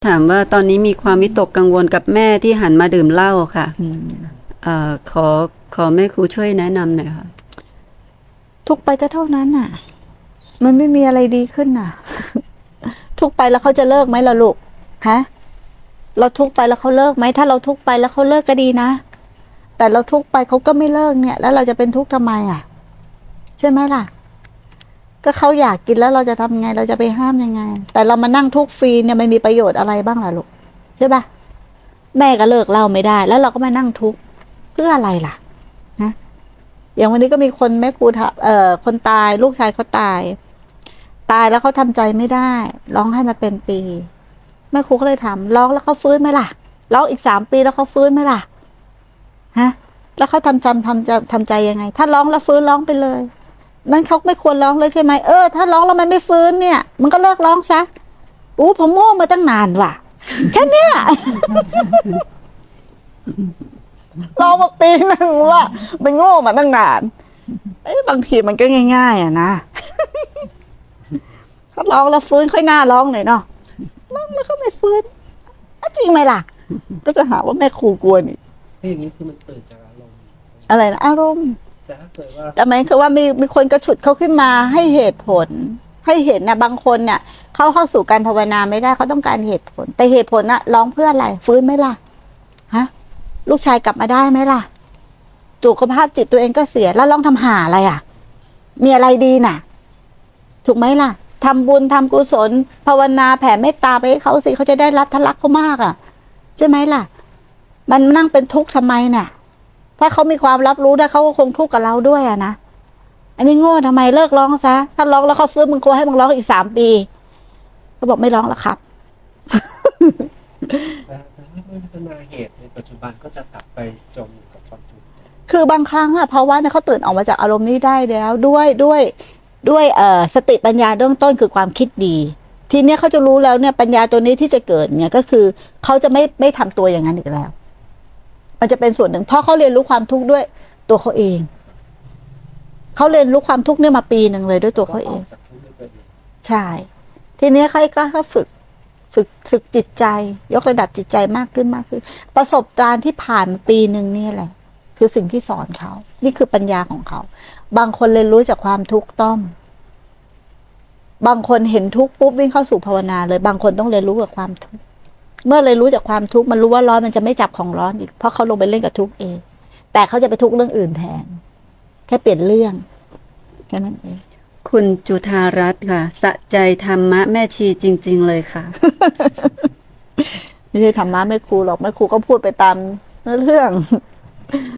ถามว่าตอนนี้มีความวิตกกังวลกับแม่ที่หันมาดื่มเหล้าค่ะขอแม่ครูช่วยแนะนำหน่อยค่ะทุกไปก็เท่านั้นน่ะมันไม่มีอะไรดีขึ้นน่ะ ทุกไปแล้วเขาจะเลิกไหมล่ะลูกฮะเราทุกไปแล้วเขาเลิกไหมถ้าเราทุกไปแล้วเขาเลิกก็ดีนะแต่เราทุกไปเขาก็ไม่เลิกเนี่ยแล้วเราจะเป็นทุกข์ทำไมอ่ะใช่ไหมล่ะก็เขาอยากกินแล้วเราจะทำไงเราจะไปห้ามยังไงแต่เรามานั่งทุกข์ฟรีเนี่ยมันมีประโยชน์อะไรบ้างล่ะลูกใช่ป่ะแม่ก็เลิกเหล้าไม่ได้แล้วเราก็มานั่งทุกข์เพื่ออะไรล่ะนะอย่างวันนี้ก็มีคนแม่ครูคนตายลูกชายเขาตายแล้วเขาทำใจไม่ได้ร้องให้มาเป็นปีแม่ครูก็เลยถามร้องแล้วเขาฟื้นไหมล่ะร้องอีก3 ปีแล้วเขาฟื้นไหมล่ะฮะแล้วเขาทำใจยังไงถ้าร้องแล้วฟื้นร้องไปเลยนั่นเขาไม่ควรร้องเลยใช่ไหมถ้าร้องแล้วมันไม่ฟื้นเนี่ยมันก็เลิกร้องซะผมโง่มาตั้งนานว่ะแค่เนี้ย ร้องมาปีนึงว่าเป็นโง่มาตั้งนานบางทีมันก็ง่ายๆอ่ะนะถ้าร้องแล้วฟื้นค่อยหน้าร้องหน่อยเนาะร้องแล้วก็ไม่ฟื้นจริงไหมล่ะก็จะหาว่าแม่ครูกลัวนี่อย่างนี้คือมันเกิดจากอารมณ์อะไรนะอารมณ์แต่ถ้าเกิดว่าแต่หมายคือว่ามีคนกระฉุดเขาขึ้นมาให้เหตุผลให้เห็นนะบางคนเนี่ยเข้าสู่การภาวนาไม่ได้เขาต้องการเหตุผลแต่เหตุผลน่ะร้องเพื่ออะไรฟื้นไหมล่ะฮะลูกชายกลับมาได้ไหมล่ะสุขภาพจิตตัวเองก็เสียแล้วร้องทำหาอะไรอ่ะมีอะไรดีน่ะถูกไหมล่ะทำบุญทำกุศลภาวนาแผ่เมตตาไปให้เขาสิเขาจะได้รับทรักเขามากอ่ะใช่ไหมล่ะมันนั่งเป็นทุกข์ทำไมเนี่ยถ้าเขามีความรับรู้ได้เขาก็คงทุกข์กับเราด้วยอ่ะนะอันนี้โง่ทำไมเลิกร้องซะถ้าร้องแล้วเขาฟื้นมึงควรให้มึงร้องอีก3 ปีเขาบอกไม่ร้องแล้วครับแต่ถ้าไม่พัฒนาเหตุในปัจจุบันก็จะกลับไปจมอยู่กับความทุกข์คือบางครั้งอะภาวะเนี่ยเขาตื่นออกมาจากอารมณ์นี้ได้แล้วด้วยสติปัญญาเบื้องต้นคือความคิดดีทีเนี้ยเขาจะรู้แล้วเนี่ยปัญญาตัวนี้ที่จะเกิดเนี่ยก็คือเขาจะไม่ทำตัวอย่างนั้นอีกแล้วมันจะเป็นส่วนหนึ่งเพราะเขาเรียนรู้ความทุกข์ด้วยตัวเขาเองเขาเรียนรู้ความทุกข์เนี่ยมาปีหนึ่งเลยด้วยตัวเขาเองใช่ทีเนี้ยเขาก็ฝึกจิตใจยกระดับจิตใจมากขึ้นประสบการณ์ที่ผ่านปีหนึ่งนี่แหละคือสิ่งที่สอนเขานี่คือปัญญาของเขาบางคนเรียนรู้จากความทุกข์ต้องบางคนเห็นทุกข์ปุ๊บวิ่งเข้าสู่ภาวนาเลยบางคนต้องเรียนรู้กับความทุกข์เมื่อเรียนรู้จากความทุกข์มันรู้ว่าร้อนมันจะไม่จับของร้อนอีกเพราะเขาลงไปเล่นกับทุกข์เองแต่เขาจะไปทุกข์เรื่องอื่นแทนแค่เปลี่ยนเรื่องแค่นั้นเองคุณจุธารัตน์ค่ะสะใจธรรมะแม่ชีจริงๆเลยค่ะไม่ใช่ธรรมะแม่ครูหรอกแม่ครูก็พูดไปตามเรื่อง